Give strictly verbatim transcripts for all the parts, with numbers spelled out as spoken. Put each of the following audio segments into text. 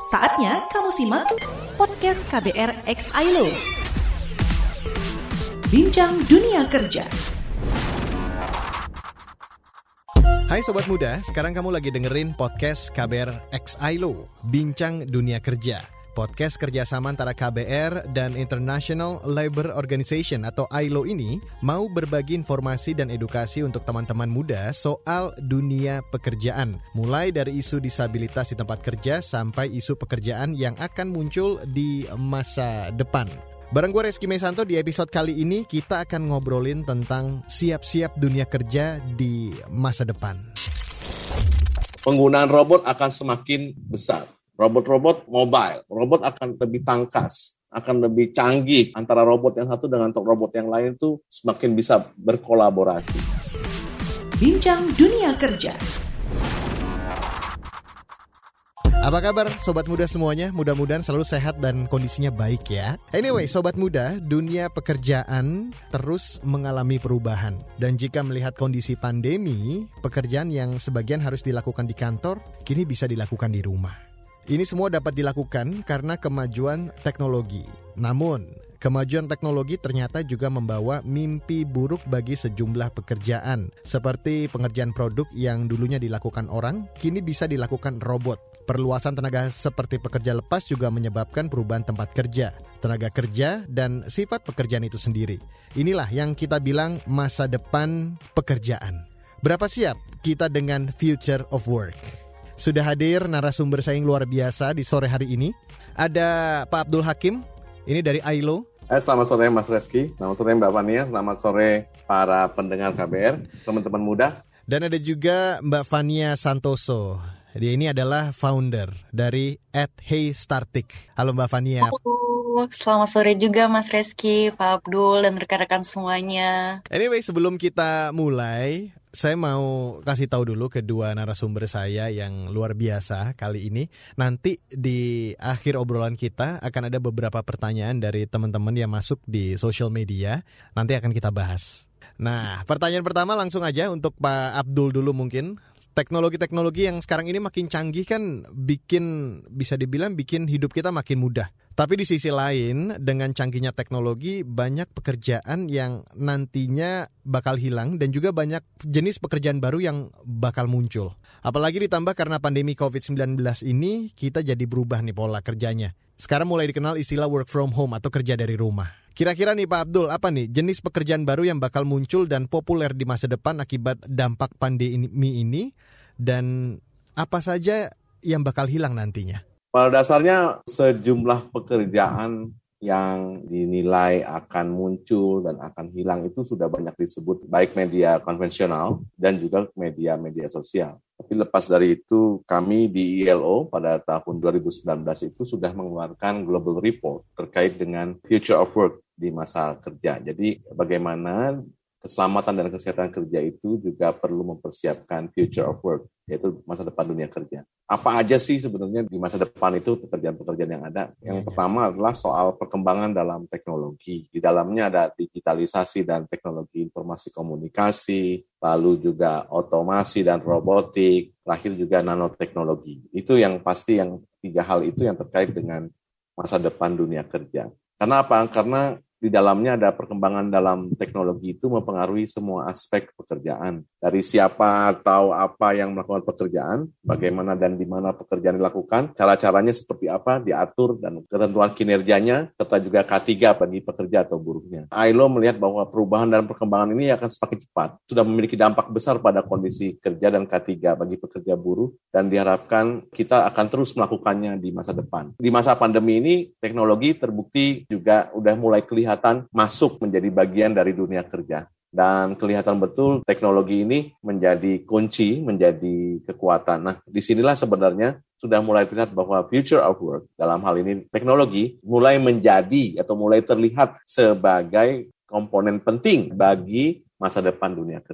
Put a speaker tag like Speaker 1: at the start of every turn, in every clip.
Speaker 1: Saatnya kamu simak podcast K B R X I L O. Bincang Dunia Kerja.
Speaker 2: Hai Sobat Muda, sekarang kamu lagi dengerin podcast K B R X I L O, Bincang Dunia Kerja. Podcast kerjasama antara K B R dan International Labour Organization atau I L O ini mau berbagi informasi dan edukasi untuk teman-teman muda soal dunia pekerjaan. Mulai dari isu disabilitas di tempat kerja sampai isu pekerjaan yang akan muncul di masa depan. Bareng gue Reski Mesanto, di episode kali ini kita akan ngobrolin tentang siap-siap dunia kerja di masa depan.
Speaker 3: Penggunaan robot akan semakin besar. Robot-robot mobile, robot akan lebih tangkas, akan lebih canggih. Antara robot yang satu dengan robot yang lain itu semakin bisa berkolaborasi.
Speaker 1: Bincang Dunia Kerja.
Speaker 2: Apa kabar Sobat Muda semuanya? Mudah-mudahan selalu sehat dan kondisinya baik ya. Anyway, Sobat Muda, dunia pekerjaan terus mengalami perubahan. Dan jika melihat kondisi pandemi, pekerjaan yang sebagian harus dilakukan di kantor, kini bisa dilakukan di rumah. Ini semua dapat dilakukan karena kemajuan teknologi. Namun, kemajuan teknologi ternyata juga membawa mimpi buruk bagi sejumlah pekerjaan. Seperti pengerjaan produk yang dulunya dilakukan orang, kini bisa dilakukan robot. Perluasan tenaga seperti pekerja lepas juga menyebabkan perubahan tempat kerja, tenaga kerja, dan sifat pekerjaan itu sendiri. Inilah yang kita bilang masa depan pekerjaan. Berapa siap kita dengan future of work? Sudah hadir narasumber saya yang luar biasa di sore hari ini. Ada Pak Abdul Hakim, ini dari I L O.
Speaker 3: Eh, selamat sore Mas Reski, selamat sore Mbak Fania, selamat sore para pendengar K B R, teman-teman muda.
Speaker 2: Dan ada juga Mbak Fania Santoso. Dia ini adalah founder dari at Hey Startik. Halo Mbak Fania.
Speaker 4: Halo, selamat sore juga Mas Reski, Pak Abdul, dan rekan-rekan semuanya.
Speaker 2: Anyway, sebelum kita mulai, saya mau kasih tahu dulu kedua narasumber saya yang luar biasa kali ini. Nanti di akhir obrolan kita akan ada beberapa pertanyaan dari teman-teman yang masuk di social media. Nanti akan kita bahas. Nah, pertanyaan pertama langsung aja untuk Pak Abdul dulu mungkin. Teknologi-teknologi yang sekarang ini makin canggih kan bikin, bisa dibilang bikin hidup kita makin mudah. Tapi di sisi lain, dengan canggihnya teknologi, banyak pekerjaan yang nantinya bakal hilang dan juga banyak jenis pekerjaan baru yang bakal muncul. Apalagi ditambah karena pandemi covid sembilan belas ini, kita jadi berubah nih pola kerjanya. Sekarang mulai dikenal istilah work from home atau kerja dari rumah. Kira-kira nih Pak Abdul, apa nih jenis pekerjaan baru yang bakal muncul dan populer di masa depan akibat dampak pandemi ini? Dan apa saja yang bakal hilang nantinya?
Speaker 3: Pada dasarnya sejumlah pekerjaan yang dinilai akan muncul dan akan hilang itu sudah banyak disebut baik media konvensional dan juga media-media sosial. Tapi lepas dari itu, kami di I L O pada tahun dua ribu sembilan belas itu sudah mengeluarkan Global Report terkait dengan Future of Work di masa kerja. Jadi bagaimana keselamatan dan kesehatan kerja itu juga perlu mempersiapkan future of work, yaitu masa depan dunia kerja. Apa aja sih sebenarnya di masa depan itu pekerjaan-pekerjaan yang ada? Yang ya, pertama adalah soal perkembangan dalam teknologi. Di dalamnya ada digitalisasi dan teknologi informasi komunikasi, lalu juga otomasi dan robotik, terakhir juga nanoteknologi. Itu yang pasti, yang tiga hal itu yang terkait dengan masa depan dunia kerja. Karena apa? Karena di dalamnya ada perkembangan dalam teknologi itu mempengaruhi semua aspek pekerjaan. Dari siapa atau apa yang melakukan pekerjaan, bagaimana dan di mana pekerjaan dilakukan, cara-caranya seperti apa, diatur, dan ketentuan kinerjanya, serta juga K tiga bagi pekerja atau buruhnya. I L O melihat bahwa perubahan dan perkembangan ini akan semakin cepat, sudah memiliki dampak besar pada kondisi kerja dan K tiga bagi pekerja buruh, dan diharapkan kita akan terus melakukannya di masa depan. Di masa pandemi ini, teknologi terbukti juga udah mulai kelihatan masuk menjadi bagian dari dunia kerja. Dan kelihatan betul teknologi ini menjadi kunci, menjadi kekuatan. Nah, disinilah sebenarnya sudah mulai terlihat bahwa future of work, dalam hal ini teknologi, mulai menjadi atau mulai terlihat sebagai komponen penting bagi masa depan dunia kerja.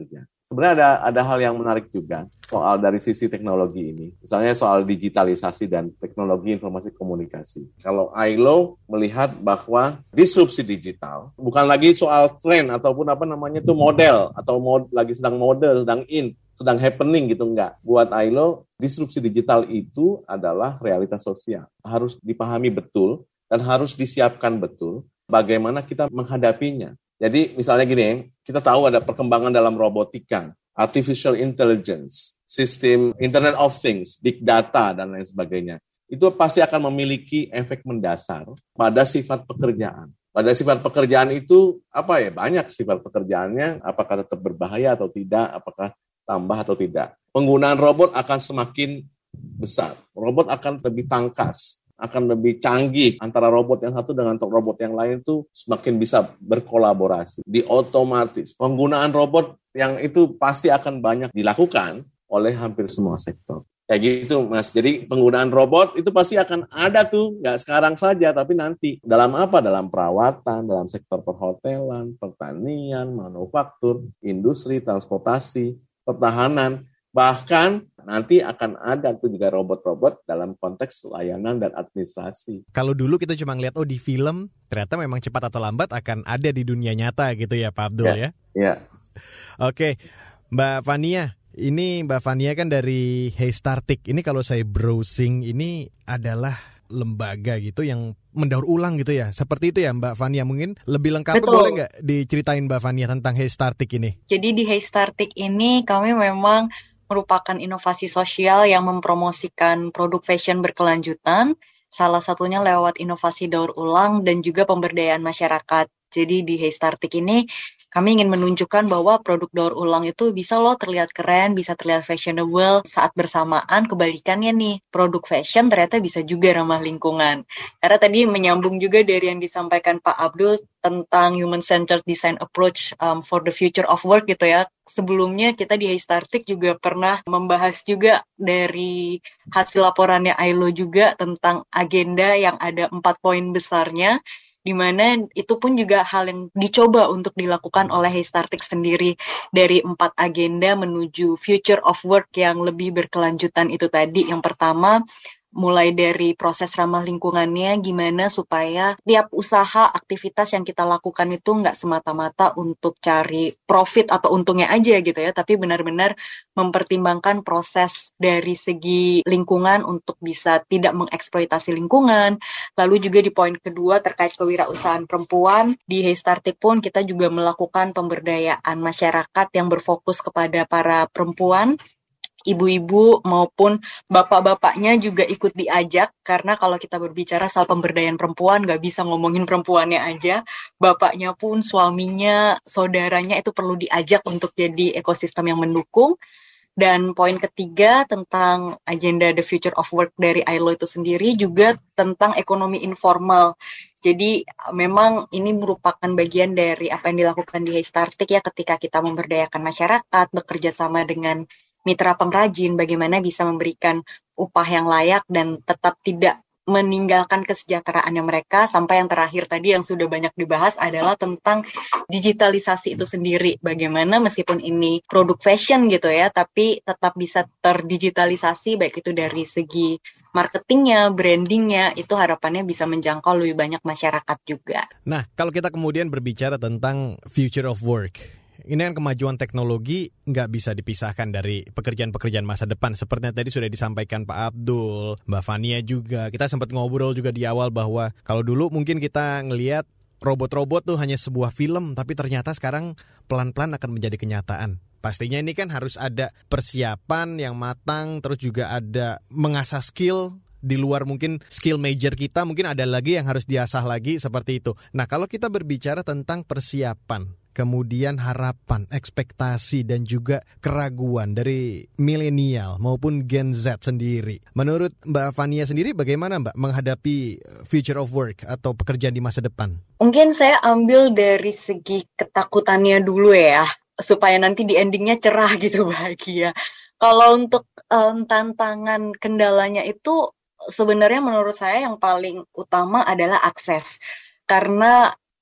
Speaker 3: sebenarnya ada ada hal yang menarik juga soal dari sisi teknologi ini. Misalnya soal digitalisasi dan teknologi informasi komunikasi. Kalau I L O melihat bahwa disrupsi digital bukan lagi soal tren ataupun apa namanya itu model atau mod, lagi sedang model, sedang in, sedang happening gitu, enggak. Buat I L O, disrupsi digital itu adalah realitas sosial. Harus dipahami betul dan harus disiapkan betul bagaimana kita menghadapinya. Jadi misalnya gini, kita tahu ada perkembangan dalam robotika, artificial intelligence, sistem Internet of Things, big data, dan lain sebagainya. Itu pasti akan memiliki efek mendasar pada sifat pekerjaan. Pada sifat pekerjaan itu, apa ya, banyak sifat pekerjaannya, apakah tetap berbahaya atau tidak, apakah tambah atau tidak. Penggunaan robot akan semakin besar, robot akan lebih tangkas, akan lebih canggih antara robot yang satu dengan robot yang lain itu semakin bisa berkolaborasi, diotomatis. Penggunaan robot yang itu pasti akan banyak dilakukan oleh hampir semua sektor. Kayak gitu, Mas. Jadi penggunaan robot itu pasti akan ada tuh, nggak sekarang saja, tapi nanti. Dalam apa? Dalam perawatan, dalam sektor perhotelan, pertanian, manufaktur, industri, transportasi, pertahanan. Bahkan nanti akan ada tuh juga robot-robot dalam konteks layanan dan administrasi.
Speaker 2: Kalau dulu kita cuma ngeliat, oh di film, ternyata memang cepat atau lambat akan ada di dunia nyata gitu ya Pak Abdul ya?
Speaker 3: Iya.
Speaker 2: Oke, Mbak Fania, ini Mbak Fania kan dari Heystartik. Ini kalau saya browsing, ini adalah lembaga gitu yang mendaur ulang gitu ya. Seperti itu ya Mbak Fania, mungkin lebih lengkap boleh nggak diceritain Mbak Fania tentang Heystartik ini?
Speaker 4: Jadi di Heystartik ini kami memang merupakan inovasi sosial yang mempromosikan produk fashion berkelanjutan, salah satunya lewat inovasi daur ulang dan juga pemberdayaan masyarakat. Jadi di Heystartik ini kami ingin menunjukkan bahwa produk daur ulang itu bisa loh terlihat keren, bisa terlihat fashionable saat bersamaan. Kebalikannya nih, produk fashion ternyata bisa juga ramah lingkungan. Karena tadi menyambung juga dari yang disampaikan Pak Abdul tentang human-centered design approach um, for the future of work gitu ya. Sebelumnya kita di Heystartik juga pernah membahas juga dari hasil laporannya I L O juga tentang agenda yang ada empat poin besarnya, di mana itu pun juga hal yang dicoba untuk dilakukan oleh Heystartik sendiri dari empat agenda menuju future of work yang lebih berkelanjutan itu tadi. Yang pertama, mulai dari proses ramah lingkungannya, gimana supaya tiap usaha, aktivitas yang kita lakukan itu nggak semata-mata untuk cari profit atau untungnya aja gitu ya, tapi benar-benar mempertimbangkan proses dari segi lingkungan untuk bisa tidak mengeksploitasi lingkungan. Lalu juga di poin kedua terkait kewirausahaan perempuan, di Heystartik pun kita juga melakukan pemberdayaan masyarakat yang berfokus kepada para perempuan, ibu-ibu maupun bapak-bapaknya juga ikut diajak, karena kalau kita berbicara soal pemberdayaan perempuan nggak bisa ngomongin perempuannya aja, bapaknya pun, suaminya, saudaranya itu perlu diajak untuk jadi ekosistem yang mendukung. Dan poin ketiga tentang agenda The Future of Work dari I L O itu sendiri juga tentang ekonomi informal. Jadi memang ini merupakan bagian dari apa yang dilakukan di Heystartik ya, ketika kita memberdayakan masyarakat, bekerja sama dengan mitra pengrajin, bagaimana bisa memberikan upah yang layak dan tetap tidak meninggalkan kesejahteraannya mereka. Sampai yang terakhir tadi yang sudah banyak dibahas adalah tentang digitalisasi itu sendiri. Bagaimana meskipun ini produk fashion gitu ya, tapi tetap bisa terdigitalisasi, baik itu dari segi marketingnya, brandingnya, itu harapannya bisa menjangkau lebih banyak masyarakat juga.
Speaker 2: Nah, kalau kita kemudian berbicara tentang future of work, ini kan kemajuan teknologi nggak bisa dipisahkan dari pekerjaan-pekerjaan masa depan. Seperti yang tadi sudah disampaikan Pak Abdul, Mbak Fania juga. Kita sempat ngobrol juga di awal bahwa kalau dulu mungkin kita ngelihat robot-robot tuh hanya sebuah film, tapi ternyata sekarang pelan-pelan akan menjadi kenyataan. Pastinya ini kan harus ada persiapan yang matang, terus juga ada mengasah skill. Di luar mungkin skill major kita, mungkin ada lagi yang harus diasah lagi seperti itu. Nah, kalau kita berbicara tentang persiapan, kemudian harapan, ekspektasi, dan juga keraguan dari milenial maupun Gen Z sendiri. Menurut Mbak Fania sendiri bagaimana Mbak menghadapi future of work atau pekerjaan di masa depan?
Speaker 4: Mungkin saya ambil dari segi ketakutannya dulu ya, supaya nanti di endingnya cerah gitu, bahagia. Kalau untuk um, tantangan kendalanya itu sebenarnya menurut saya yang paling utama adalah akses. Karena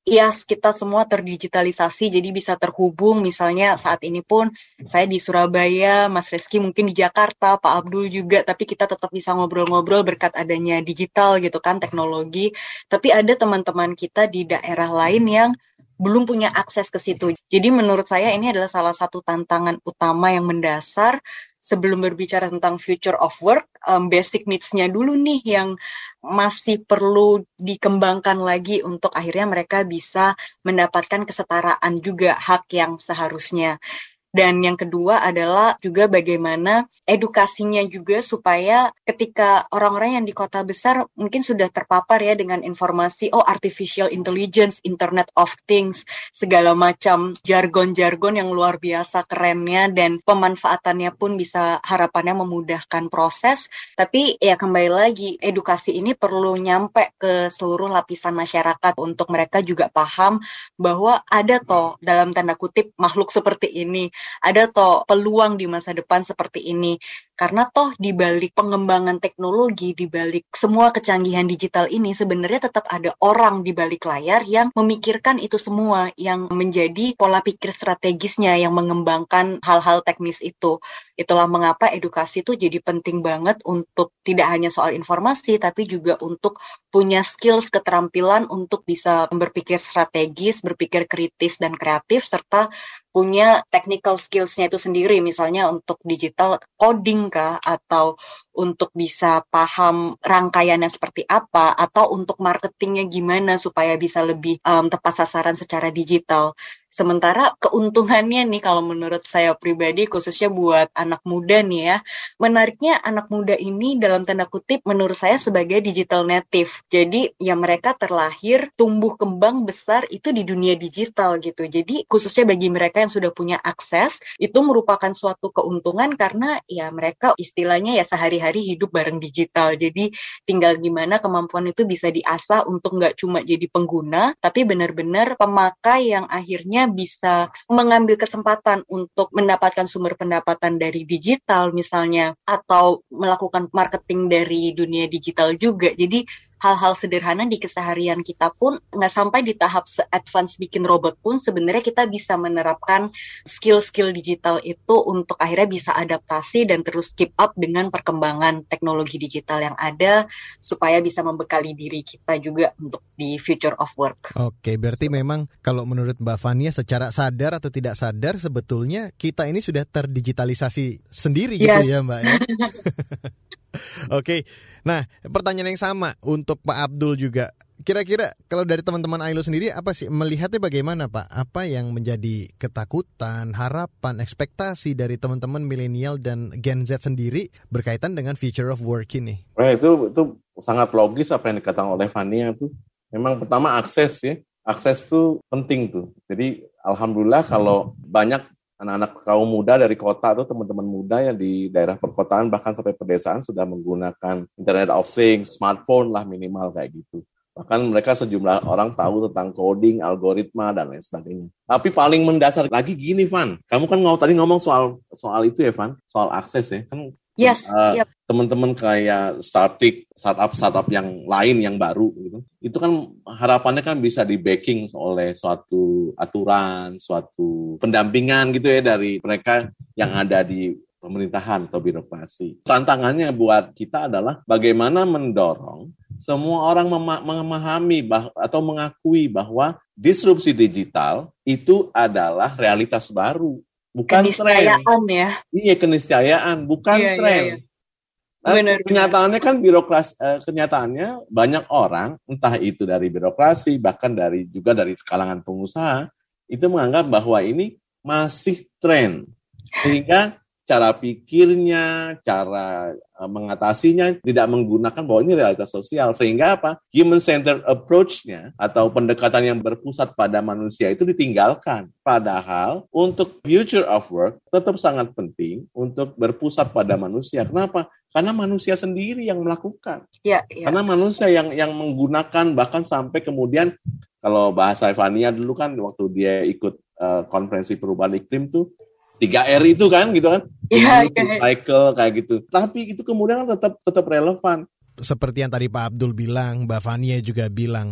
Speaker 4: yes, kita semua terdigitalisasi, jadi bisa terhubung. Misalnya saat ini pun saya di Surabaya, Mas Reski mungkin di Jakarta, Pak Abdul juga, tapi kita tetap bisa ngobrol-ngobrol berkat adanya digital gitu kan, teknologi. Tapi ada teman-teman kita di daerah lain yang belum punya akses ke situ. Jadi menurut saya ini adalah salah satu tantangan utama yang mendasar. Sebelum berbicara tentang future of work, um, basic needs-nya dulu nih yang masih perlu dikembangkan lagi untuk akhirnya mereka bisa mendapatkan kesetaraan juga hak yang seharusnya. Dan yang kedua adalah juga bagaimana edukasinya juga supaya ketika orang-orang yang di kota besar mungkin sudah terpapar ya dengan informasi, oh artificial intelligence, Internet of Things, segala macam jargon-jargon yang luar biasa kerennya dan pemanfaatannya pun bisa harapannya memudahkan proses. Tapi ya kembali lagi, edukasi ini perlu nyampe ke seluruh lapisan masyarakat untuk mereka juga paham bahwa ada toh dalam tanda kutip makhluk seperti ini. Ada toh peluang di masa depan seperti ini. Karena toh di balik pengembangan teknologi, di balik semua kecanggihan digital ini sebenarnya tetap ada orang di balik layar yang memikirkan itu semua, yang menjadi pola pikir strategisnya, yang mengembangkan hal-hal teknis itu. Itulah mengapa edukasi itu jadi penting banget untuk tidak hanya soal informasi, tapi juga untuk punya skills, keterampilan untuk bisa berpikir strategis, berpikir kritis dan kreatif, serta punya technical skills-nya itu sendiri, misalnya untuk digital coding kah, atau untuk bisa paham rangkaiannya seperti apa, atau untuk marketingnya gimana supaya bisa lebih um, tepat sasaran secara digital. Sementara keuntungannya nih kalau menurut saya pribadi khususnya buat anak muda nih ya, menariknya anak muda ini dalam tanda kutip menurut saya sebagai digital native. Jadi ya mereka terlahir, tumbuh kembang besar itu di dunia digital gitu. Jadi khususnya bagi mereka yang sudah punya akses, itu merupakan suatu keuntungan karena ya mereka istilahnya ya sehari-hari hidup bareng digital. Jadi tinggal gimana kemampuan itu bisa diasah untuk nggak cuma jadi pengguna, tapi benar-benar pemakai yang akhirnya bisa mengambil kesempatan untuk mendapatkan sumber pendapatan dari digital misalnya, atau melakukan marketing dari dunia digital juga. Jadi hal-hal sederhana di keseharian kita pun nggak sampai di tahap se-advance bikin robot pun sebenarnya kita bisa menerapkan skill-skill digital itu untuk akhirnya bisa adaptasi dan terus keep up dengan perkembangan teknologi digital yang ada supaya bisa membekali diri kita juga untuk di future of work.
Speaker 2: Oke, berarti memang kalau menurut Mbak Fania secara sadar atau tidak sadar sebetulnya kita ini sudah terdigitalisasi sendiri gitu
Speaker 4: Yes.
Speaker 2: ya Mbak ya. Oke, nah pertanyaan yang sama untuk Pak Abdul juga. Kira-kira kalau dari teman-teman Ailo sendiri apa sih melihatnya bagaimana Pak? Apa yang menjadi ketakutan, harapan, ekspektasi dari teman-teman milenial dan Gen Z sendiri berkaitan dengan future of work ini?
Speaker 3: Nah, itu itu sangat logis apa yang dikatakan oleh Fania tuh. Memang pertama akses ya, akses tuh penting tuh. Jadi alhamdulillah kalau banyak anak-anak kaum muda dari kota atau teman-teman muda yang di daerah perkotaan bahkan sampai pedesaan sudah menggunakan Internet of Things, smartphone lah minimal kayak gitu. Bahkan mereka sejumlah orang tahu tentang coding, algoritma, dan lain sebagainya. Tapi paling mendasar lagi gini, Van. Kamu kan ngomong, tadi ngomong soal soal itu ya, Van? Soal akses ya. Kan
Speaker 4: Yes,
Speaker 3: uh,
Speaker 4: yep.
Speaker 3: teman-teman kayak startup, startup-startup yang lain yang baru gitu. Itu kan harapannya kan bisa di-backing oleh suatu aturan, suatu pendampingan gitu ya dari mereka yang ada di pemerintahan atau birokrasi. Tantangannya buat kita adalah bagaimana mendorong semua orang mema- memahami bah- atau mengakui bahwa disrupsi digital itu adalah realitas baru, bukan tren.
Speaker 4: Keniscayaan ya.
Speaker 3: Iya, keniscayaan, bukan
Speaker 4: Iya,
Speaker 3: tren.
Speaker 4: iya, iya.
Speaker 3: Nah,
Speaker 4: Benar,
Speaker 3: kenyataannya kan birokrasi, eh, kenyataannya banyak orang, entah itu dari birokrasi, bahkan dari juga dari kalangan pengusaha, itu menganggap bahwa ini masih tren, sehingga cara pikirnya, cara uh, mengatasinya tidak menggunakan bahwa ini realitas sosial. Sehingga apa? Human-centered approach-nya atau pendekatan yang berpusat pada manusia itu ditinggalkan. Padahal untuk future of work tetap sangat penting untuk berpusat pada manusia. Kenapa? Karena manusia sendiri yang melakukan.
Speaker 4: Ya, ya.
Speaker 3: Karena manusia yang yang menggunakan, bahkan sampai kemudian kalau bahasa Fania dulu kan waktu dia ikut uh, konferensi perubahan iklim tuh tiga R itu kan gitu kan.
Speaker 4: Iya,
Speaker 3: cycle kayak gitu. Tapi itu kemudian kan tetap tetap relevan.
Speaker 2: Seperti yang tadi Pak Abdul bilang, Mbak Fania juga bilang,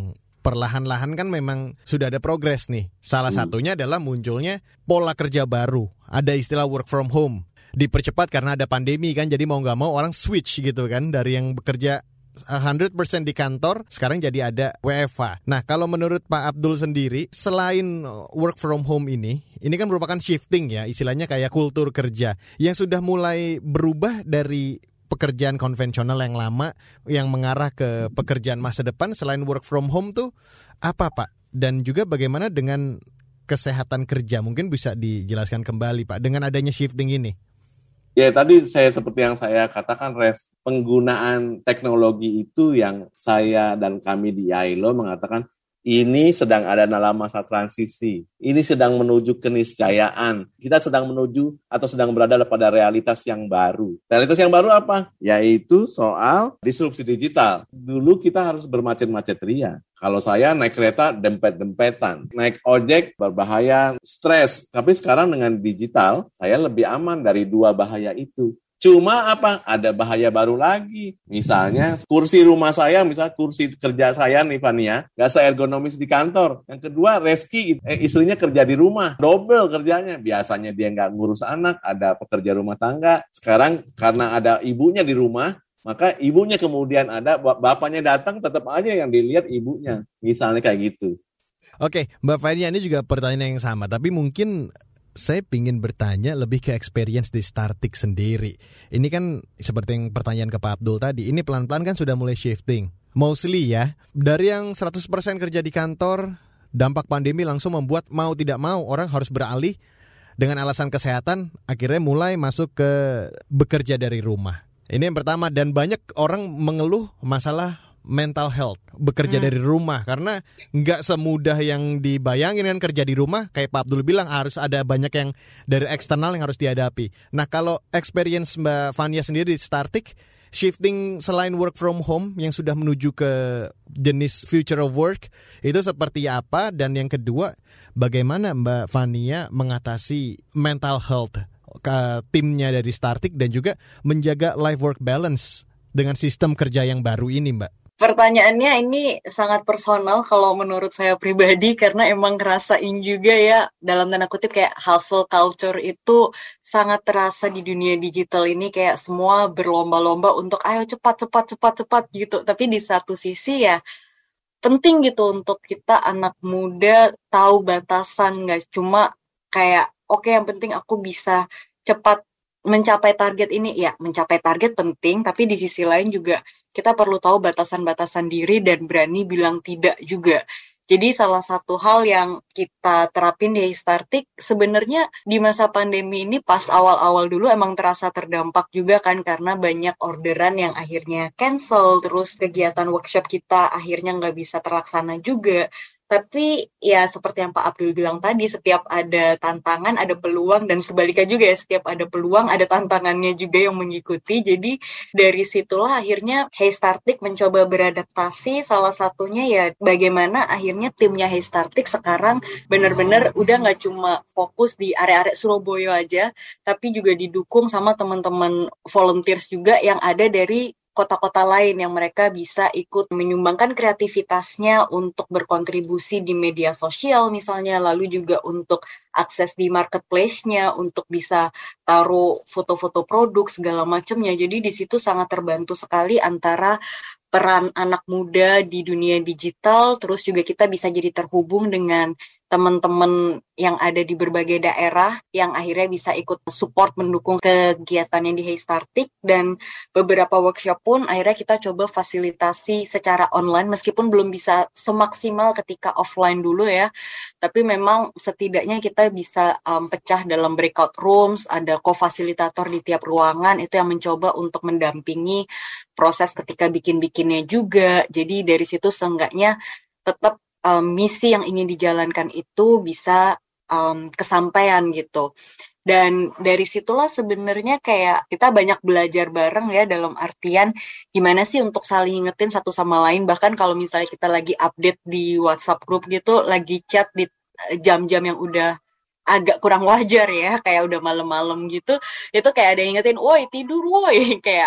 Speaker 2: perlahan-lahan kan memang sudah ada progres nih. Salah
Speaker 3: Hmm.
Speaker 2: satunya adalah munculnya pola kerja baru. Ada istilah work from home. Dipercepat karena ada pandemi kan, jadi mau nggak mau orang switch gitu kan dari yang bekerja seratus persen di kantor, sekarang jadi ada W F H. Nah, kalau menurut Pak Abdul sendiri, selain work from home ini, ini kan merupakan shifting ya, istilahnya kayak kultur kerja yang sudah mulai berubah dari pekerjaan konvensional yang lama yang mengarah ke pekerjaan masa depan. Selain work from home tuh apa Pak? Dan juga bagaimana dengan kesehatan kerja? Mungkin bisa dijelaskan kembali Pak dengan adanya shifting ini.
Speaker 3: Ya tadi saya seperti yang saya katakan, Res, penggunaan teknologi itu yang saya dan kami di I L O mengatakan ini sedang ada dalam masa transisi, ini sedang menuju keniscayaan, kita sedang menuju atau sedang berada pada realitas yang baru. Realitas yang baru apa? Yaitu soal disrupsi digital. Dulu kita harus bermacet-macet ria. Kalau saya naik kereta dempet-dempetan, naik ojek berbahaya, stres. Tapi sekarang dengan digital, saya lebih aman dari dua bahaya itu. Cuma apa? Ada bahaya baru lagi. Misalnya kursi rumah saya, misalnya kursi kerja saya nih Fania, nggak se-ergonomis di kantor. Yang kedua, Reski, eh, istrinya kerja di rumah, double kerjanya. Biasanya dia nggak ngurus anak, ada pekerja rumah tangga. Sekarang karena ada ibunya di rumah, maka ibunya kemudian ada, bapaknya datang tetap aja yang dilihat ibunya. Misalnya kayak gitu.
Speaker 2: Oke, Mbak Fania, ini juga pertanyaan yang sama, tapi mungkin saya ingin bertanya lebih ke experience di Startik sendiri. Ini kan seperti yang pertanyaan ke Pak Abdul tadi, ini pelan-pelan kan sudah mulai shifting. Mostly ya, dari yang seratus persen kerja di kantor, dampak pandemi langsung membuat mau tidak mau orang harus beralih dengan alasan kesehatan, akhirnya mulai masuk ke bekerja dari rumah. Ini yang pertama, dan banyak orang mengeluh masalah mental health, bekerja hmm. dari rumah, karena nggak semudah yang dibayangin kan kerja di rumah. Kayak Pak Abdul bilang, harus ada banyak yang dari eksternal yang harus dihadapi. Nah, kalau experience Mbak Fania sendiri di Startik, shifting selain work from home yang sudah menuju ke jenis future of work, itu seperti apa? Dan yang kedua, bagaimana Mbak Fania mengatasi mental health ke timnya dari Startik dan juga menjaga life work balance dengan sistem kerja yang baru ini, Mbak?
Speaker 4: Pertanyaannya ini sangat personal kalau menurut saya pribadi, karena emang ngerasain juga ya, dalam tanda kutip kayak hustle culture itu sangat terasa di dunia digital ini, kayak semua berlomba-lomba untuk ayo cepat cepat cepat cepat gitu. Tapi di satu sisi ya penting gitu untuk kita anak muda tahu batasan, guys. Cuma kayak oke, yang penting aku bisa cepat mencapai target ini. Ya, mencapai target penting, tapi di sisi lain juga kita perlu tahu batasan-batasan diri dan berani bilang tidak juga. Jadi salah satu hal yang kita terapin di Startik, sebenarnya di masa pandemi ini pas awal-awal dulu emang terasa terdampak juga kan, karena banyak orderan yang akhirnya cancel, terus kegiatan workshop kita akhirnya nggak bisa terlaksana juga. Tapi ya seperti yang Pak Abdul bilang tadi, setiap ada tantangan ada peluang, dan sebaliknya juga ya, setiap ada peluang ada tantangannya juga yang mengikuti. Jadi dari situlah akhirnya Hey Startik mencoba beradaptasi. Salah satunya ya bagaimana akhirnya timnya Hey Startik sekarang benar-benar udah nggak cuma fokus di area-area Surabaya aja, tapi juga didukung sama teman-teman volunteers juga yang ada dari kota-kota lain yang mereka bisa ikut menyumbangkan kreativitasnya untuk berkontribusi di media sosial misalnya, lalu juga untuk akses di marketplace-nya, untuk bisa taruh foto-foto produk segala macamnya. Jadi di situ sangat terbantu sekali antara peran anak muda di dunia digital, terus juga kita bisa jadi terhubung dengan teman-teman yang ada di berbagai daerah yang akhirnya bisa ikut support mendukung kegiatannya di Hey Startik. Dan beberapa workshop pun akhirnya kita coba fasilitasi secara online, meskipun belum bisa semaksimal ketika offline dulu ya, tapi memang setidaknya kita bisa um, pecah dalam breakout rooms, ada co-fasilitator di tiap ruangan, itu yang mencoba untuk mendampingi proses ketika bikin-bikinnya juga. Jadi dari situ seenggaknya tetap Um, misi yang ingin dijalankan itu bisa um, kesampaian gitu. Dan dari situlah sebenarnya kayak kita banyak belajar bareng ya, dalam artian gimana sih untuk saling ingetin satu sama lain. Bahkan kalau misalnya kita lagi update di WhatsApp group gitu, lagi chat di jam-jam yang udah agak kurang wajar ya, kayak udah malam-malam gitu, itu kayak ada yang ingetin, woi tidur woi, kayak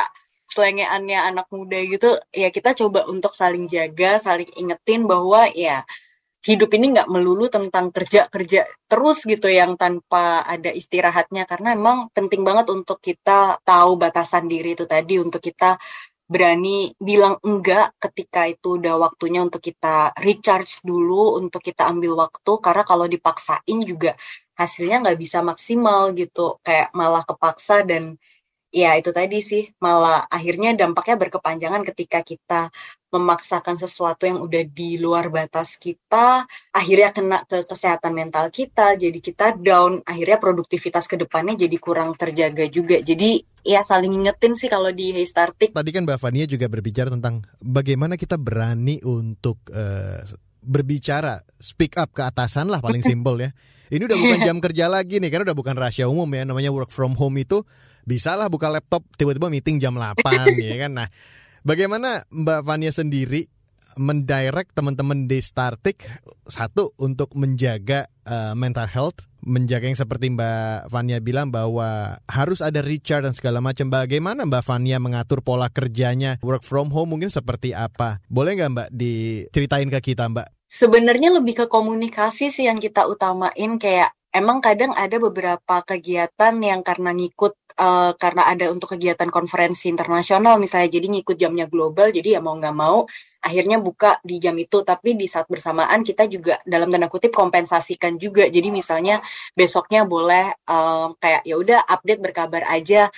Speaker 4: selengeannya anak muda gitu, ya kita coba untuk saling jaga, saling ingetin bahwa ya hidup ini nggak melulu tentang kerja-kerja terus gitu yang tanpa ada istirahatnya, karena emang penting banget untuk kita tahu batasan diri itu tadi, untuk kita berani bilang enggak ketika itu udah waktunya untuk kita recharge dulu, untuk kita ambil waktu, karena kalau dipaksain juga hasilnya nggak bisa maksimal gitu, kayak malah kepaksa dan ya itu tadi sih, malah akhirnya dampaknya berkepanjangan ketika kita memaksakan sesuatu yang udah di luar batas kita, akhirnya kena ke kesehatan mental kita, jadi kita down, akhirnya produktivitas ke depannya jadi kurang terjaga juga. Jadi ya saling ingetin sih kalau di Hey Startik.
Speaker 2: Tadi kan Mbak Fania juga berbicara tentang bagaimana kita berani untuk uh, berbicara, speak up ke atasan lah paling simpel ya. Ini udah bukan jam kerja lagi nih, karena udah bukan rahasia umum ya, namanya work from home itu bisa lah buka laptop tiba-tiba meeting jam delapan ya kan. Nah, bagaimana Mbak Fania sendiri mendirect teman-teman di Startik, satu untuk menjaga uh, mental health, menjaga yang seperti Mbak Fania bilang bahwa harus ada recharge dan segala macam. Bagaimana Mbak Fania mengatur pola kerjanya work from home, mungkin seperti apa? Boleh nggak Mbak diceritain ke kita Mbak?
Speaker 4: Sebenarnya lebih ke komunikasi sih yang kita utamain, kayak emang kadang ada beberapa kegiatan yang karena ngikut, uh, karena ada untuk kegiatan konferensi internasional misalnya, jadi ngikut jamnya global, jadi ya mau nggak mau akhirnya buka di jam itu, tapi di saat bersamaan kita juga dalam tanda kutip kompensasikan juga, jadi misalnya besoknya boleh um, kayak ya udah update berkabar aja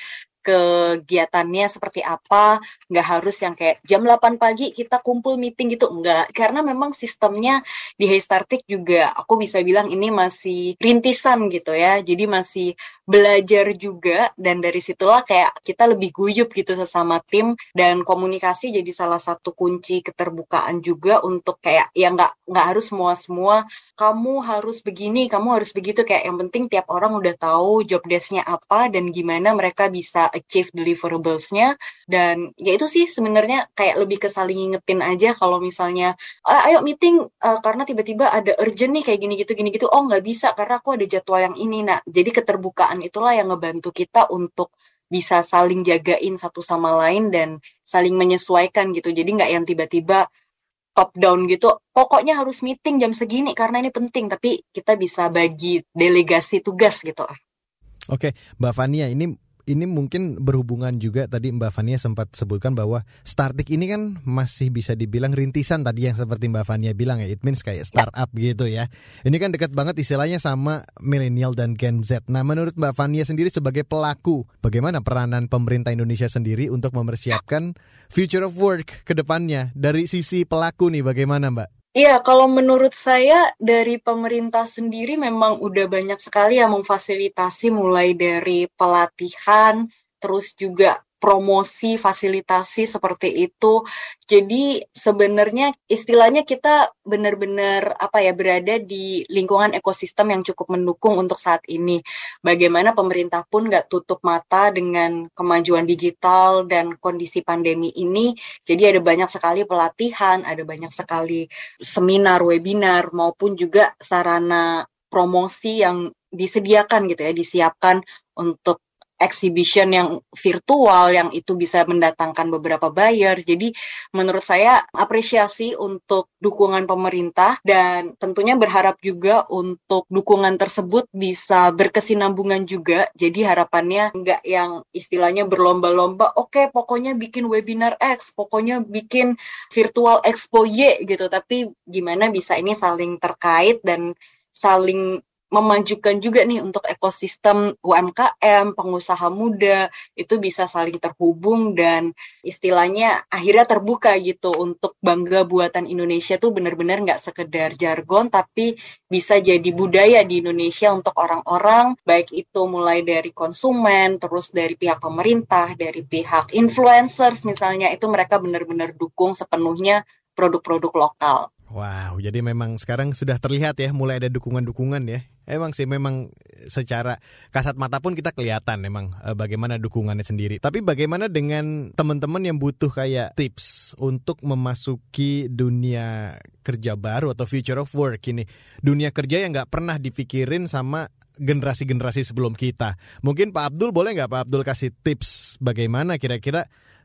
Speaker 4: kegiatannya seperti apa, nggak harus yang kayak jam delapan pagi kita kumpul meeting gitu, enggak, karena memang sistemnya di Hey Startik juga aku bisa bilang ini masih rintisan gitu ya, jadi masih belajar juga, dan dari situlah kayak kita lebih guyup gitu sesama tim, dan komunikasi jadi salah satu kunci keterbukaan juga untuk kayak ya nggak nggak harus semua semua kamu harus begini, kamu harus begitu, kayak yang penting tiap orang udah tahu job desk-nya apa dan gimana mereka bisa achieve deliverables-nya. Dan ya itu sih sebenarnya kayak lebih ke saling ngingetin aja kalau misalnya ayo meeting uh, karena tiba-tiba ada urgent nih kayak gini gitu gini gitu, oh nggak bisa karena aku ada jadwal yang ini. Nah jadi keterbukaan itulah yang ngebantu kita untuk bisa saling jagain satu sama lain dan saling menyesuaikan gitu, jadi nggak yang tiba-tiba top down gitu, pokoknya harus meeting jam segini karena ini penting, tapi kita bisa bagi delegasi tugas gitu.
Speaker 2: Oke, Mbak Fania, ini ini mungkin berhubungan juga tadi Mbak Fania sempat sebutkan bahwa Startik ini kan masih bisa dibilang rintisan tadi yang seperti Mbak Fania bilang ya, it means kayak startup ya. Gitu ya. Ini kan dekat banget istilahnya sama milenial dan Gen Z. Nah, menurut Mbak Fania sendiri sebagai pelaku, bagaimana peranan pemerintah Indonesia sendiri untuk mempersiapkan future of work ke depannya? Dari sisi pelaku nih bagaimana Mbak?
Speaker 4: Iya, kalau menurut saya dari pemerintah sendiri memang udah banyak sekali yang memfasilitasi mulai dari pelatihan, terus juga promosi, fasilitasi seperti itu. Jadi sebenarnya istilahnya kita benar-benar apa ya berada di lingkungan ekosistem yang cukup mendukung untuk saat ini. Bagaimana pemerintah pun nggak tutup mata dengan kemajuan digital dan kondisi pandemi ini. Jadi ada banyak sekali pelatihan, ada banyak sekali seminar, webinar, maupun juga sarana promosi yang disediakan gitu ya, disiapkan untuk exhibition yang virtual yang itu bisa mendatangkan beberapa buyer. Jadi menurut saya apresiasi untuk dukungan pemerintah, dan tentunya berharap juga untuk dukungan tersebut bisa berkesinambungan juga. Jadi harapannya nggak yang istilahnya berlomba-lomba, oke okay, pokoknya bikin webinar X, pokoknya bikin virtual expo Y gitu, tapi gimana bisa ini saling terkait dan saling memajukan juga nih untuk ekosistem U M K M, pengusaha muda, itu bisa saling terhubung dan istilahnya akhirnya terbuka gitu untuk bangga buatan Indonesia tuh benar-benar nggak sekedar jargon, tapi bisa jadi budaya di Indonesia untuk orang-orang, baik itu mulai dari konsumen, terus dari pihak pemerintah, dari pihak influencers misalnya, itu mereka benar-benar dukung sepenuhnya produk-produk lokal.
Speaker 2: Wow, jadi memang sekarang sudah terlihat ya mulai ada dukungan-dukungan ya. Emang sih memang secara kasat mata pun kita kelihatan memang e, bagaimana dukungannya sendiri. Tapi bagaimana dengan teman-teman yang butuh kayak tips untuk memasuki dunia kerja baru atau future of work ini. Dunia kerja yang gak pernah dipikirin sama generasi-generasi sebelum kita. Mungkin Pak Abdul boleh gak Pak Abdul kasih tips bagaimana kira-kira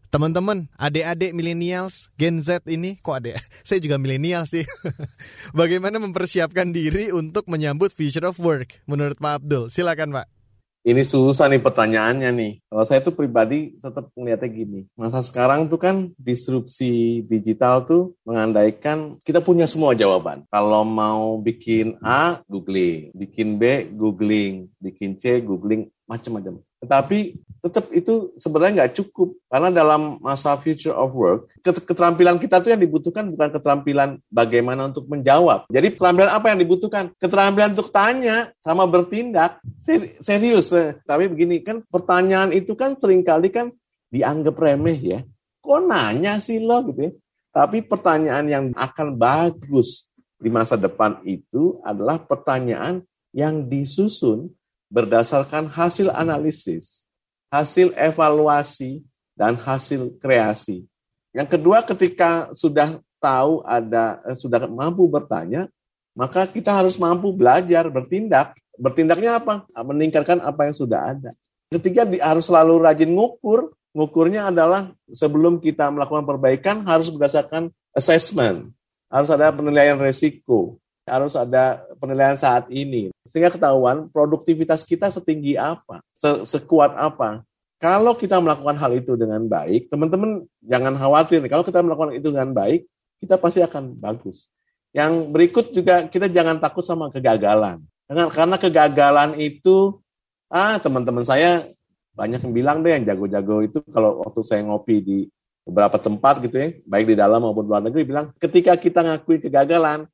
Speaker 2: teman-teman, adik-adik millennials, Gen Z ini, kok adik? Saya juga millennial sih. Bagaimana mempersiapkan diri untuk menyambut future of work menurut Pak Abdul? Silakan Pak.
Speaker 3: Ini susah nih pertanyaannya nih. Kalau saya tuh pribadi tetap melihatnya gini. Masa sekarang tuh kan disrupsi digital tuh mengandaikan kita punya semua jawaban. Kalau mau bikin A, googling. Bikin B, googling. Bikin C, googling. Macam-macam. Tetapi tetap itu sebenarnya nggak cukup. Karena dalam masa future of work, keterampilan kita tuh yang dibutuhkan bukan keterampilan bagaimana untuk menjawab. Jadi keterampilan apa yang dibutuhkan? Keterampilan untuk tanya sama bertindak. Serius. Tapi begini, kan pertanyaan itu kan seringkali kan dianggap remeh ya. Kok nanya sih lo gitu ya? Tapi pertanyaan yang akan bagus di masa depan itu adalah pertanyaan yang disusun berdasarkan hasil analisis, hasil evaluasi, dan hasil kreasi. Yang kedua, ketika sudah tahu ada, sudah mampu bertanya, maka kita harus mampu belajar, bertindak. Bertindaknya apa? Meningkatkan apa yang sudah ada. Ketiga, harus selalu rajin ngukur. Ngukurnya adalah sebelum kita melakukan perbaikan harus berdasarkan assessment. Harus ada penilaian resiko. Harus ada penilaian saat ini. Sehingga ketahuan produktivitas kita setinggi apa, sekuat apa. Kalau kita melakukan hal itu dengan baik, teman-teman jangan khawatir nih. Kalau kita melakukan itu dengan baik, kita pasti akan bagus. Yang berikut juga kita jangan takut sama kegagalan. Karena kegagalan itu, ah teman-teman saya banyak yang bilang deh yang jago-jago itu kalau waktu saya ngopi di beberapa tempat gitu ya, baik di dalam maupun luar negeri, bilang ketika kita ngakui kegagalan,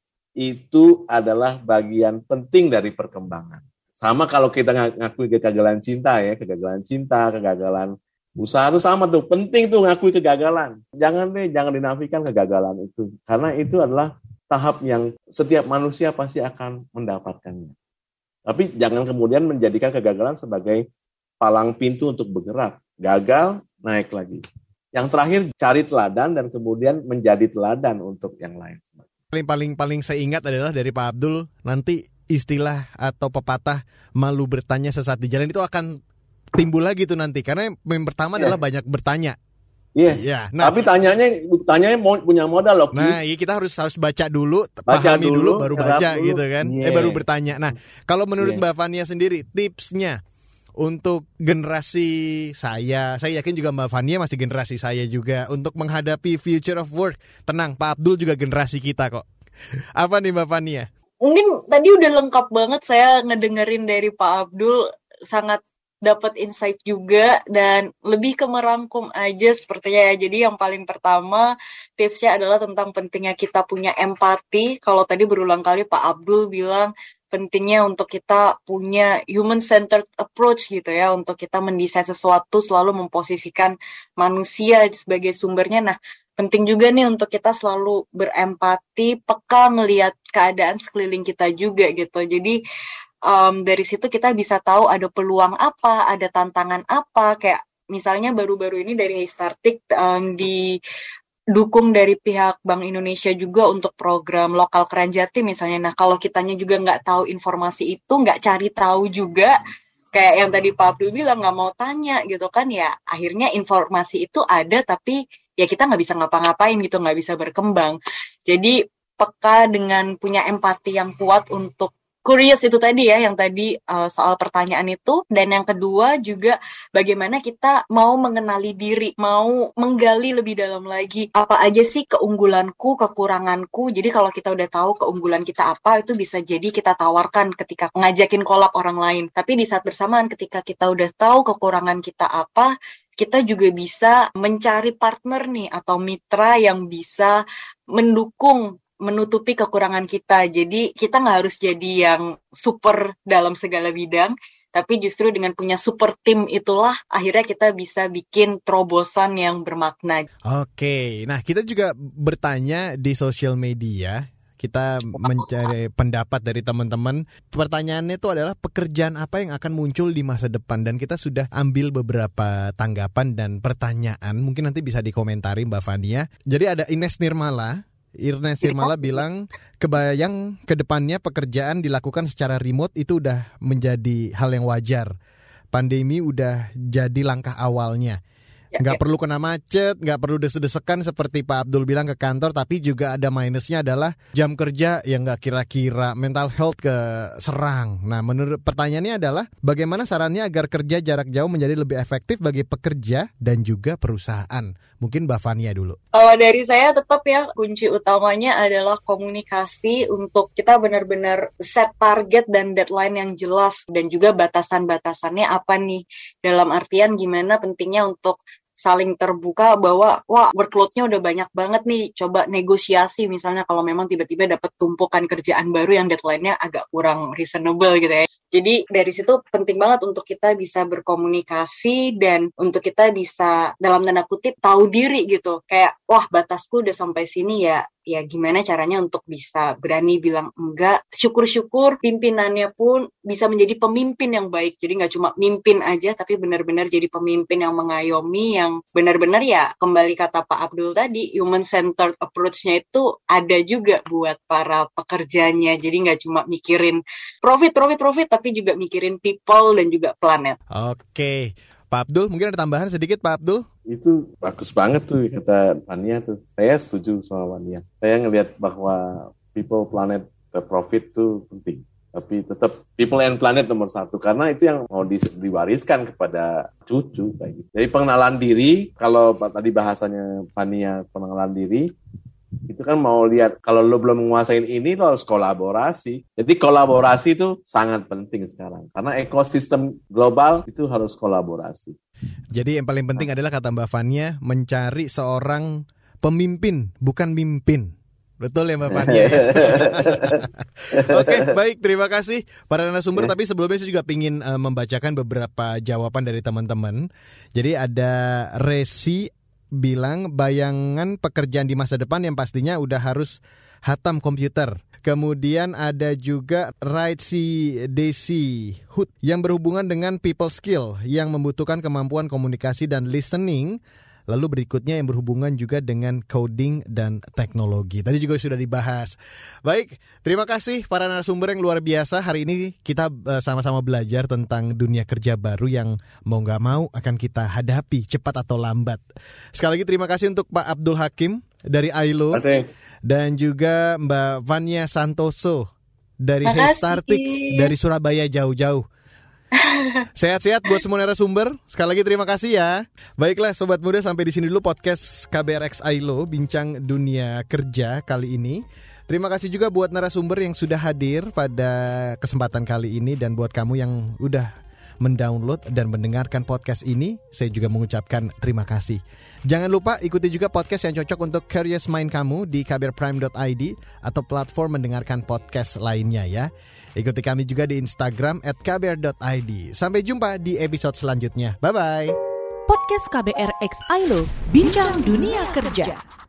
Speaker 3: itu adalah bagian penting dari perkembangan. Sama kalau kita ngakui kegagalan cinta ya, kegagalan cinta, kegagalan usaha itu sama tuh, penting tuh ngakui kegagalan. Jangan deh, jangan dinafikan kegagalan itu. Karena itu adalah tahap yang setiap manusia pasti akan mendapatkannya. Tapi jangan kemudian menjadikan kegagalan sebagai palang pintu untuk bergerak. Gagal, naik lagi. Yang terakhir, cari teladan dan kemudian menjadi teladan untuk yang lain.
Speaker 2: Paling paling saya ingat adalah dari Pak Abdul, nanti istilah atau pepatah malu bertanya sesaat di jalan itu akan timbul lagi tuh nanti, karena yang pertama yeah. adalah banyak bertanya. Iya. Yeah. Yeah. Nah, tapi tanyanya tanyanya mau punya modal loh. Nah, iya kita harus harus baca dulu, baca pahami dulu, dulu baru baca dulu. Gitu kan. Yeah. Eh baru bertanya. Nah, kalau menurut yeah. Mbak Fania sendiri tipsnya untuk generasi saya, saya yakin juga Mbak Fania masih generasi saya juga, untuk menghadapi future of work. Tenang, Pak Abdul juga generasi kita kok. Apa nih Mbak Fania?
Speaker 4: Mungkin tadi udah lengkap banget saya ngedengerin dari Pak Abdul, sangat dapat insight juga dan lebih ke merangkum aja sepertinya ya. Jadi yang paling pertama tipsnya adalah tentang pentingnya kita punya empati. Kalau tadi berulang kali Pak Abdul bilang pentingnya untuk kita punya human-centered approach gitu ya, untuk kita mendesain sesuatu selalu memposisikan manusia sebagai sumbernya. Nah, penting juga nih untuk kita selalu berempati, peka melihat keadaan sekeliling kita juga gitu. Jadi um, dari situ kita bisa tahu ada peluang apa, ada tantangan apa. Kayak misalnya baru-baru ini dari Heystartik um, di dukung dari pihak Bank Indonesia juga untuk program lokal Keranjati misalnya. Nah, kalau kitanya juga nggak tahu informasi itu, nggak cari tahu juga, kayak yang tadi Pak Abdul bilang nggak mau tanya gitu kan ya, akhirnya informasi itu ada tapi ya kita nggak bisa ngapa-ngapain gitu, nggak bisa berkembang. Jadi peka dengan punya empati yang kuat untuk curious itu tadi ya, yang tadi uh, soal pertanyaan itu. Dan yang kedua juga bagaimana kita mau mengenali diri, mau menggali lebih dalam lagi. Apa aja sih keunggulanku, kekuranganku. Jadi kalau kita udah tahu keunggulan kita apa, itu bisa jadi kita tawarkan ketika ngajakin collab orang lain. Tapi di saat bersamaan ketika kita udah tahu kekurangan kita apa, kita juga bisa mencari partner nih atau mitra yang bisa mendukung, menutupi kekurangan kita. Jadi kita nggak harus jadi yang super dalam segala bidang, tapi justru dengan punya super tim itulah akhirnya kita bisa bikin terobosan yang bermakna.
Speaker 2: Oke, nah kita juga bertanya di sosial media, kita mencari pendapat dari teman-teman. Pertanyaannya itu adalah pekerjaan apa yang akan muncul di masa depan, dan kita sudah ambil beberapa tanggapan dan pertanyaan. Mungkin nanti bisa dikomentari Mbak Fania. Jadi ada Ines Nirmala. Ines Nirmala bilang, kebayang ke depannya pekerjaan dilakukan secara remote itu udah menjadi hal yang wajar. Pandemi udah jadi langkah awalnya.
Speaker 4: Ya,
Speaker 2: Nggak
Speaker 4: ya.
Speaker 2: perlu kena macet, nggak perlu desek-desekan seperti Pak Abdul bilang ke kantor. Tapi juga ada minusnya adalah jam kerja yang nggak kira-kira, mental health keserang. Nah, menurut pertanyaannya adalah bagaimana sarannya agar kerja jarak jauh menjadi lebih efektif bagi pekerja dan juga perusahaan? Mungkin Mbak Fania dulu.
Speaker 4: Kalau dari saya tetap ya kunci utamanya adalah komunikasi untuk kita benar-benar set target dan deadline yang jelas dan juga batasan-batasannya apa nih. Dalam artian gimana pentingnya untuk saling terbuka bahwa wah workload-nya udah banyak banget nih, coba negosiasi misalnya kalau memang tiba-tiba dapat tumpukan kerjaan baru yang deadline-nya agak kurang reasonable gitu ya. Jadi dari situ penting banget untuk kita bisa berkomunikasi dan untuk kita bisa dalam tanda kutip tahu diri gitu. Kayak wah batasku udah sampai sini ya, ya gimana caranya untuk bisa berani bilang enggak. Syukur-syukur pimpinannya pun bisa menjadi pemimpin yang baik. Jadi nggak cuma mimpin aja tapi benar-benar jadi pemimpin yang mengayomi, yang benar-benar ya kembali kata Pak Abdul tadi, human-centered approach-nya itu ada juga buat para pekerjanya. Jadi nggak cuma mikirin profit, profit, profit, tapi juga mikirin people dan juga planet.
Speaker 2: Oke, Pak Abdul mungkin ada tambahan sedikit Pak Abdul?
Speaker 3: Itu bagus banget tuh kata Fania tuh. Saya setuju sama Fania. Saya ngelihat bahwa people, planet, profit tuh penting. Tapi tetap people and planet nomor satu. Karena itu yang mau di, diwariskan kepada cucu kayak gitu. Jadi pengenalan diri, kalau tadi bahasanya Fania pengenalan diri, itu kan mau lihat kalau lo belum menguasain ini lo harus kolaborasi. Jadi kolaborasi itu sangat penting sekarang karena ekosistem global itu harus kolaborasi.
Speaker 2: Jadi yang paling penting adalah kata Mbak Fania mencari seorang pemimpin bukan mimpin. Betul ya Mbak Fania? Oke, baik, terima kasih para narasumber. Tapi sebelumnya saya juga ingin uh, membacakan beberapa jawaban dari teman-teman. Jadi ada Resi bilang bayangan pekerjaan di masa depan yang pastinya udah harus hatam komputer. Kemudian ada juga Raitsi Desi Hood yang berhubungan dengan people skill yang membutuhkan kemampuan komunikasi dan listening. Lalu berikutnya yang berhubungan juga dengan coding dan teknologi. Tadi juga sudah dibahas. Baik, terima kasih para narasumber yang luar biasa. Hari ini kita uh, sama-sama belajar tentang dunia kerja baru yang mau gak mau akan kita hadapi cepat atau lambat. Sekali lagi terima kasih untuk Pak Abdul Hakim dari Ailo. Dan juga Mbak Fania Santoso dari Hestartik dari Surabaya jauh-jauh. Sehat-sehat buat semua narasumber. Sekali lagi terima kasih ya. Baiklah Sobat Muda, sampai di sini dulu podcast K B R X Ailo Bincang Dunia Kerja kali ini. Terima kasih juga buat narasumber yang sudah hadir pada kesempatan kali ini. Dan buat kamu yang udah mendownload dan mendengarkan podcast ini, saya juga mengucapkan terima kasih. Jangan lupa ikuti juga podcast yang cocok untuk curious mind kamu di k b r prime dot i d atau platform mendengarkan podcast lainnya ya. Ikuti kami juga di Instagram at k b r dot i d. Sampai jumpa di episode selanjutnya. Bye-bye.
Speaker 1: Podcast K B R X Ailo, Bincang Dunia Kerja.